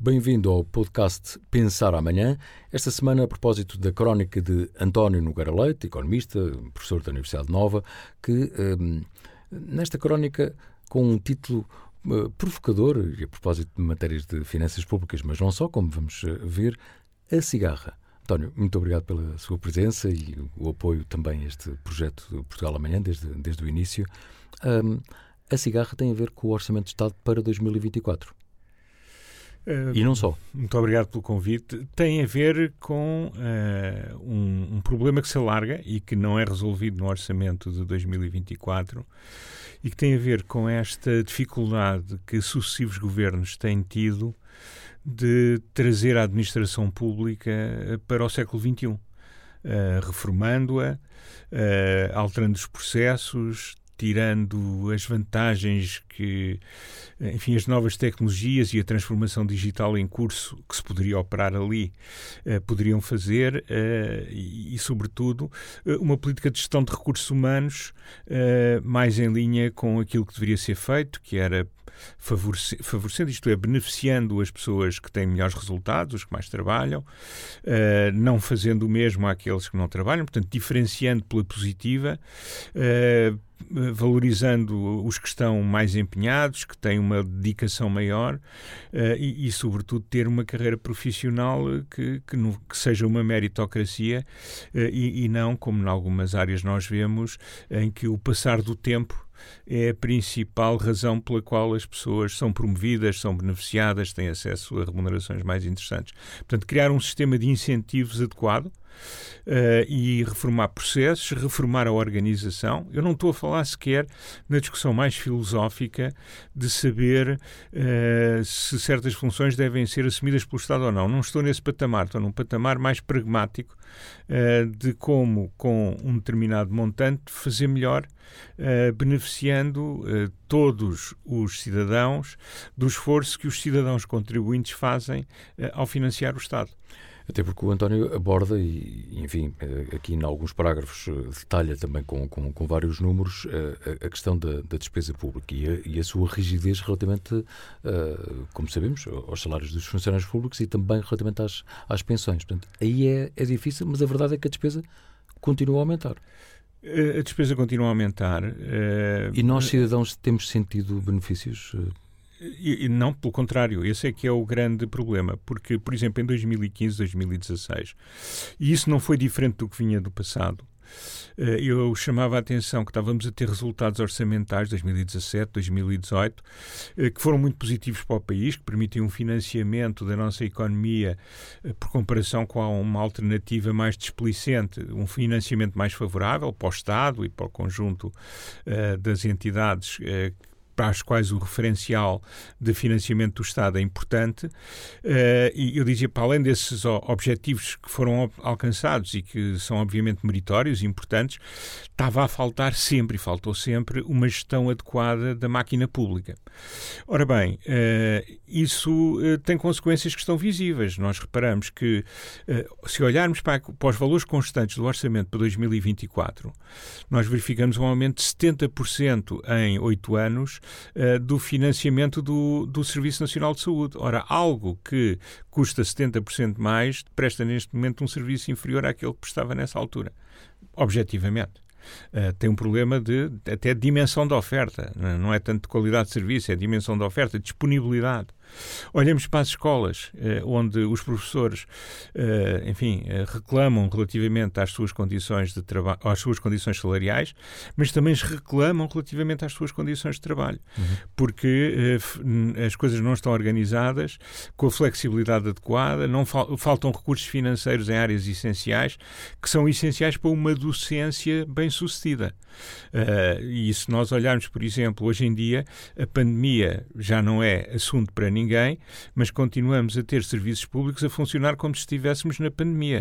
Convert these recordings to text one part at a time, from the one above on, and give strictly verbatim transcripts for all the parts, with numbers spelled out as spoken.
Bem-vindo ao podcast Pensar Amanhã. Esta semana, a propósito da crónica de António Nogueira Leite, economista, professor da Universidade Nova, que um, nesta crónica, com um título uh, provocador, e a propósito de matérias de finanças públicas, mas não só, como vamos uh, ver, a cigarra. António, muito obrigado pela sua presença e o apoio também a este projeto do Portugal Amanhã, desde, desde o início. Um, a cigarra tem a ver com o Orçamento de Estado para dois mil e vinte e quatro. Uh, e não só. Muito obrigado pelo convite. Tem a ver com uh, um, um problema que se alarga e que não é resolvido no orçamento de dois mil e vinte e quatro e que tem a ver com esta dificuldade que sucessivos governos têm tido de trazer a administração pública para o século vinte e um, uh, reformando-a, uh, alterando os processos, tirando as vantagens que, enfim, as novas tecnologias e a transformação digital em curso que se poderia operar ali eh, poderiam fazer eh, e, e, sobretudo, uma política de gestão de recursos humanos eh, mais em linha com aquilo que deveria ser feito, que era favorece, favorecendo, isto é, beneficiando as pessoas que têm melhores resultados, os que mais trabalham, eh, não fazendo o mesmo àqueles que não trabalham, portanto, diferenciando pela positiva, eh, valorizando os que estão mais empenhados, que têm uma dedicação maior uh, e, e, sobretudo, ter uma carreira profissional que, que, no, que seja uma meritocracia uh, e, e não, como em algumas áreas nós vemos, em que o passar do tempo é a principal razão pela qual as pessoas são promovidas, são beneficiadas, têm acesso a remunerações mais interessantes. Portanto, criar um sistema de incentivos adequado Uh, e reformar processos, reformar a organização. Eu não estou a falar sequer na discussão mais filosófica de saber uh, se certas funções devem ser assumidas pelo Estado ou não. Não estou nesse patamar, estou num patamar mais pragmático uh, de como, com um determinado montante, fazer melhor, uh, beneficiando uh, todos os cidadãos do esforço que os cidadãos contribuintes fazem uh, ao financiar o Estado. Até porque o António aborda, e enfim, aqui em alguns parágrafos detalha também com, com, com vários números a, a questão da, da despesa pública e a, e a sua rigidez relativamente, uh, como sabemos, aos salários dos funcionários públicos e também relativamente às, às pensões. Portanto, aí é, é difícil, mas a verdade é que a despesa continua a aumentar. A despesa continua a aumentar. Uh... E nós, cidadãos, temos sentido benefícios? Uh... E, e não, pelo contrário, esse é que é o grande problema, porque, por exemplo, em dois mil e quinze, dois mil e dezasseis, e isso não foi diferente do que vinha do passado, eu chamava a atenção que estávamos a ter resultados orçamentais, dois mil e dezassete, dois mil e dezoito, que foram muito positivos para o país, que permitem um financiamento da nossa economia por comparação com uma alternativa mais displicente, um financiamento mais favorável para o Estado e para o conjunto das entidades para as quais o referencial de financiamento do Estado é importante, uh, e eu dizia, para além desses objetivos que foram alcançados e que são obviamente meritórios e importantes, estava a faltar sempre, e faltou sempre, uma gestão adequada da máquina pública. Ora bem, uh, isso uh, tem consequências que estão visíveis. Nós reparamos que, uh, se olharmos para, para os valores constantes do orçamento para dois mil e vinte e quatro, nós verificamos um aumento de setenta por cento em oito anos Uh, do financiamento do, do Serviço Nacional de Saúde. Ora, algo que custa setenta por cento mais presta neste momento um serviço inferior àquele que prestava nessa altura. Objetivamente. Uh, tem um problema de até de dimensão da oferta. Não é tanto de qualidade de serviço, é dimensão da oferta, disponibilidade. Olhamos para as escolas, eh, onde os professores, eh, enfim, eh, reclamam relativamente às suas condições de trabalho, às suas condições salariais, mas também reclamam relativamente às suas condições de trabalho, uhum. porque eh, as coisas não estão organizadas com a flexibilidade adequada, não fal- faltam recursos financeiros em áreas essenciais, que são essenciais para uma docência bem-sucedida. Uh, e se nós olharmos, por exemplo, hoje em dia, a pandemia já não é assunto para ninguém, mas continuamos a ter serviços públicos a funcionar como se estivéssemos na pandemia,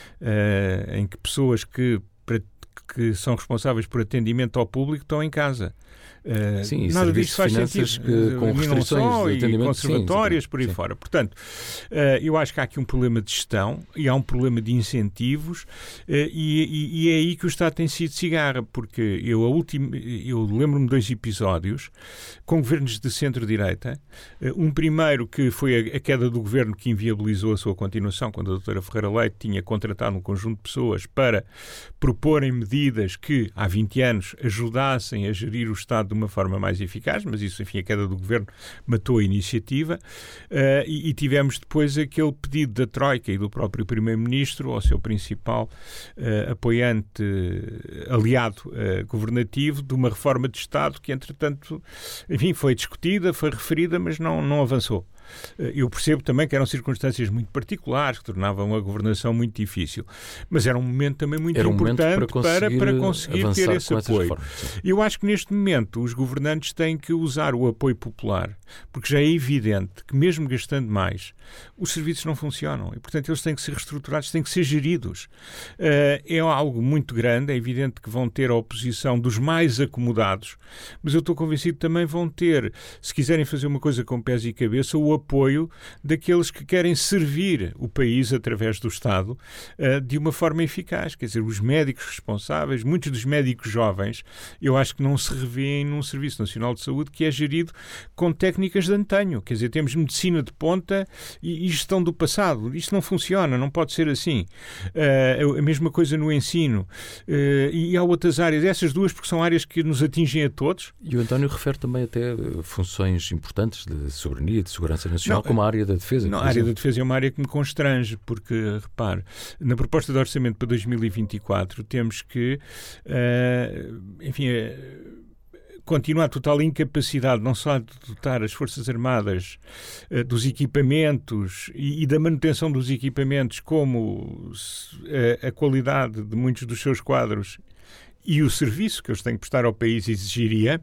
uh, em que pessoas que, para, que são responsáveis por atendimento ao público estão em casa. Uh, sim, nada disto faz sentido. Que, com restrições e conservatórias, sim, por aí sim. fora. Portanto, uh, eu acho que há aqui um problema de gestão e há um problema de incentivos uh, e, e, e é aí que o Estado tem sido cigarra, porque eu, a última, eu lembro-me de dois episódios com governos de centro-direita. Uh, um primeiro que foi a, a queda do governo que inviabilizou a sua continuação, quando a doutora Ferreira Leite tinha contratado um conjunto de pessoas para proporem medidas que, há vinte anos, ajudassem a gerir o Estado de uma forma mais eficaz, mas isso, enfim, a queda do governo matou a iniciativa, uh, e, e tivemos depois aquele pedido da Troika e do próprio Primeiro-Ministro ao seu principal uh, apoiante, aliado uh, governativo, de uma reforma de Estado que, entretanto, enfim, foi discutida, foi referida, mas não, não avançou. Eu percebo também que eram circunstâncias muito particulares que tornavam a governação muito difícil, mas era um momento também muito era um importante para conseguir, para, para conseguir ter esse apoio. Reformas, eu acho que neste momento os governantes têm que usar o apoio popular, porque já é evidente que mesmo gastando mais, os serviços não funcionam e, portanto, eles têm que ser reestruturados, têm que ser geridos. É algo muito grande, é evidente que vão ter a oposição dos mais acomodados, mas eu estou convencido que também vão ter, se quiserem fazer uma coisa com pés e cabeça, o apoio daqueles que querem servir o país através do Estado uh, de uma forma eficaz. Quer dizer, os médicos responsáveis, muitos dos médicos jovens, eu acho que não se revêem num Serviço Nacional de Saúde que é gerido com técnicas de antanho. Quer dizer, temos medicina de ponta e, e gestão do passado. Isto não funciona, não pode ser assim. Uh, a mesma coisa no ensino. Uh, e há outras áreas, essas duas, porque são áreas que nos atingem a todos. E o António refere também até funções importantes de soberania, de segurança nacional, não, como a área da defesa. Não, a área da defesa é uma área que me constrange, porque, repare, na proposta de orçamento para dois mil e vinte e quatro temos que, uh, enfim, uh, continua a total incapacidade não só de dotar as Forças Armadas uh, dos equipamentos e, e da manutenção dos equipamentos, como uh, a qualidade de muitos dos seus quadros e o serviço que eles têm que prestar ao país exigiria.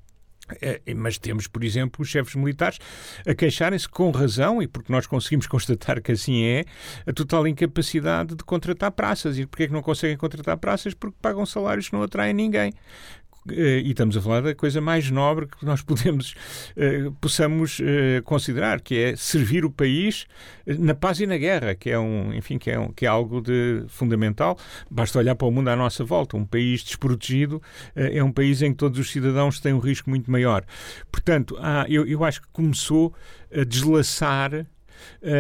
É, mas temos, por exemplo, os chefes militares a queixarem-se com razão, e porque nós conseguimos constatar que assim é, a total incapacidade de contratar praças. E porquê é que não conseguem contratar praças? Porque pagam salários que não atraem ninguém. E estamos a falar da coisa mais nobre que nós podemos, eh, possamos eh, considerar, que é servir o país na paz e na guerra, que é, um, enfim, que é, um, que é algo de fundamental. Basta olhar para o mundo à nossa volta. Um país desprotegido eh, é um país em que todos os cidadãos têm um risco muito maior. Portanto, há, eu, eu acho que começou a deslaçar A,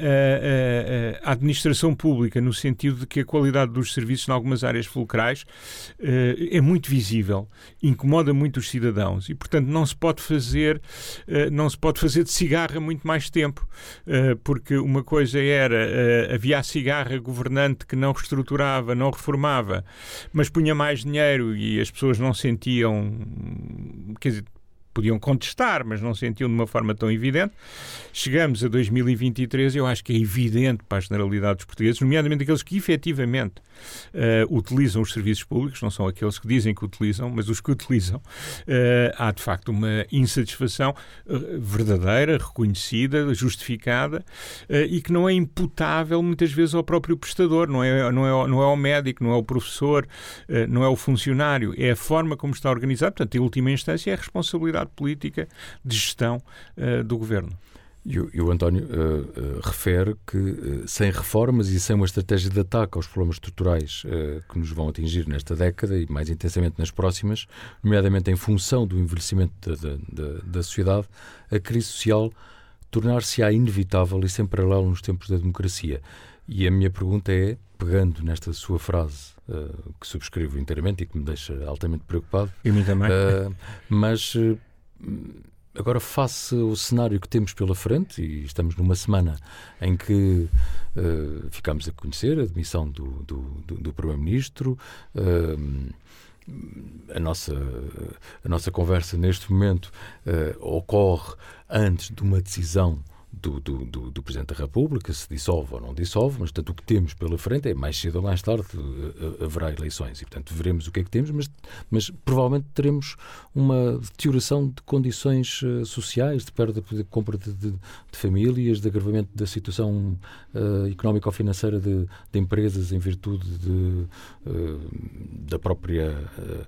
a, a administração pública, no sentido de que a qualidade dos serviços em algumas áreas fulcrais uh, é muito visível, incomoda muito os cidadãos e, portanto, não se pode fazer uh, não se pode fazer de cigarra muito mais tempo, uh, porque uma coisa era, uh, havia a cigarra governante que não reestruturava, não reformava, mas punha mais dinheiro e as pessoas não sentiam, quer dizer, podiam contestar, mas não sentiam de uma forma tão evidente. Chegamos a dois mil e vinte e três, eu acho que é evidente para a generalidade dos portugueses, nomeadamente aqueles que efetivamente uh, utilizam os serviços públicos, não são aqueles que dizem que utilizam, mas os que utilizam, uh, há de facto uma insatisfação uh, verdadeira, reconhecida, justificada, uh, e que não é imputável muitas vezes ao próprio prestador, não é, não é, não é ao médico, não é ao professor, uh, não é ao funcionário, é a forma como está organizado. Portanto, em última instância, é a responsabilidade política de gestão uh, do governo. E o, e o António uh, uh, refere que uh, sem reformas e sem uma estratégia de ataque aos problemas estruturais uh, que nos vão atingir nesta década e mais intensamente nas próximas, nomeadamente em função do envelhecimento da, da, da sociedade, a crise social tornar-se-á inevitável e sem paralelo nos tempos da democracia. E a minha pergunta é, pegando nesta sua frase, uh, que subscrevo inteiramente e que me deixa altamente preocupado, e mim também. Uh, mas... Uh, Agora, face ao cenário que temos pela frente, e estamos numa semana em que uh, ficamos a conhecer a demissão do, do, do, do Primeiro-Ministro, uh, a, nossa, a nossa conversa neste momento uh, ocorre antes de uma decisão do, do, do, do Presidente da República, se dissolve ou não dissolve, mas, portanto, o que temos pela frente é, mais cedo ou mais tarde, haverá eleições e, portanto, veremos o que é que temos, mas, mas provavelmente teremos uma deterioração de condições uh, sociais, de perda de compra de, de, de famílias, de agravamento da situação uh, económico-financeira de, de empresas em virtude de, uh, da própria uh,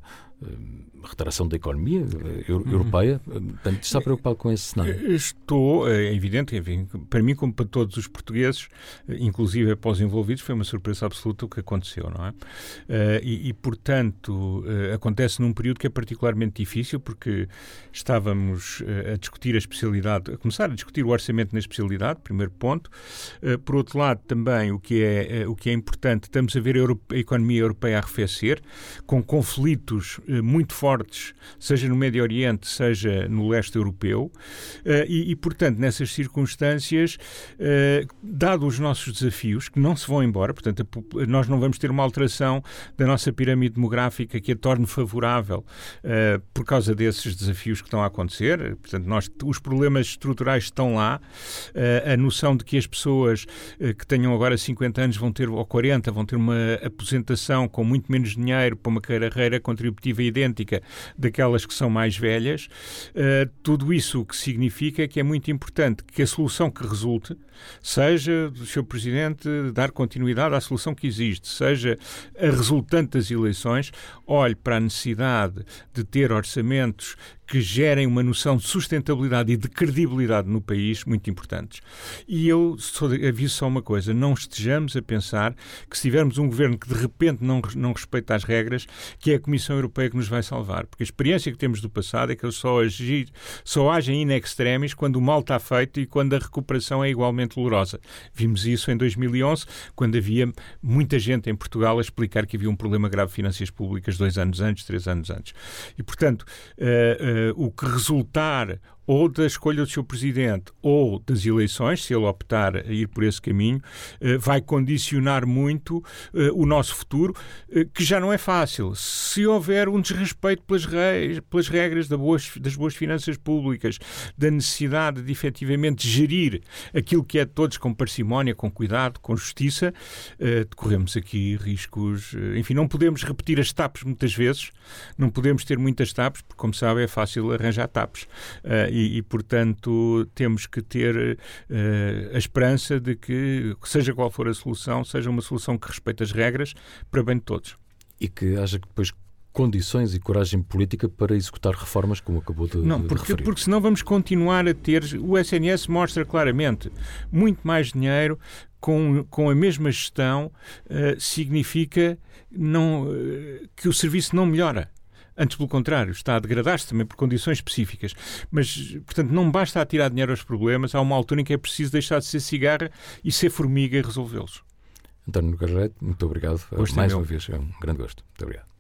uh, retração da economia uh, europeia. Uhum. Portanto, está preocupado com esse cenário? Estou, é evidente, enfim, para mim, como para todos os portugueses, inclusive para os envolvidos, foi uma surpresa absoluta o que aconteceu, não é? Uh, e, e, portanto, uh, acontece num período que é particularmente difícil, porque estávamos uh, a discutir a especialidade, a começar a discutir o orçamento na especialidade, primeiro ponto. Uh, por outro lado, também, o que é, uh, o que é importante, estamos a ver a, Europe, a economia europeia a arrefecer, com conflitos uh, muito fortes, seja no Médio Oriente, seja no leste europeu, uh, e, e, portanto, nessas circunstâncias, uh, dado os nossos desafios, que não se vão embora, portanto, a, nós não vamos ter uma alteração da nossa pirâmide demográfica que a torne favorável uh, por causa desses desafios que estão a acontecer. Portanto, nós, os problemas estruturais estão lá, uh, a noção de que as pessoas uh, que tenham agora cinquenta anos vão ter, ou quarenta, vão ter uma aposentação com muito menos dinheiro para uma carreira contributiva idêntica daquelas que são mais velhas. Uh, tudo isso o que significa que é muito importante que a solução que resulte seja do senhor Presidente dar continuidade à solução que existe, seja a resultante das eleições, olhe para a necessidade de ter orçamentos que gerem uma noção de sustentabilidade e de credibilidade no país muito importantes. E eu só aviso só uma coisa, não estejamos a pensar que se tivermos um governo que de repente não, não respeita as regras, que é a Comissão Europeia que nos vai salvar. Porque a experiência que temos do passado é que eles só, agir, só agem in extremis quando o mal está feito e quando a recuperação é igualmente dolorosa. Vimos isso em dois mil e onze, quando havia muita gente em Portugal a explicar que havia um problema grave de finanças públicas dois anos antes, três anos antes. E, portanto, uh, uh, o que resultar ou da escolha do seu Presidente ou das eleições, se ele optar a ir por esse caminho, vai condicionar muito o nosso futuro, que já não é fácil. Se houver um desrespeito pelas, reis, pelas regras das boas, das boas finanças públicas, da necessidade de efetivamente gerir aquilo que é de todos com parcimónia, com cuidado, com justiça, corremos aqui riscos. Enfim, não podemos repetir as TAPs muitas vezes, não podemos ter muitas TAPs, porque, como sabe, é fácil arranjar TAPs. E, e, portanto, temos que ter uh, a esperança de que, seja qual for a solução, seja uma solução que respeite as regras para bem de todos. E que haja depois condições e coragem política para executar reformas, como acabou de, não, de porque, referir. Porque senão vamos continuar a ter... O S N S mostra claramente muito mais dinheiro com, com a mesma gestão uh, significa não, uh, que o serviço não melhora. Antes, pelo contrário, está a degradar-se também por condições específicas. Mas, portanto, não basta atirar dinheiro aos problemas. Há uma altura em que é preciso deixar de ser cigarra e ser formiga e resolvê-los. António Nogueira Leite, muito obrigado. Gosto Mais meu. uma vez, é um grande gosto. Muito obrigado.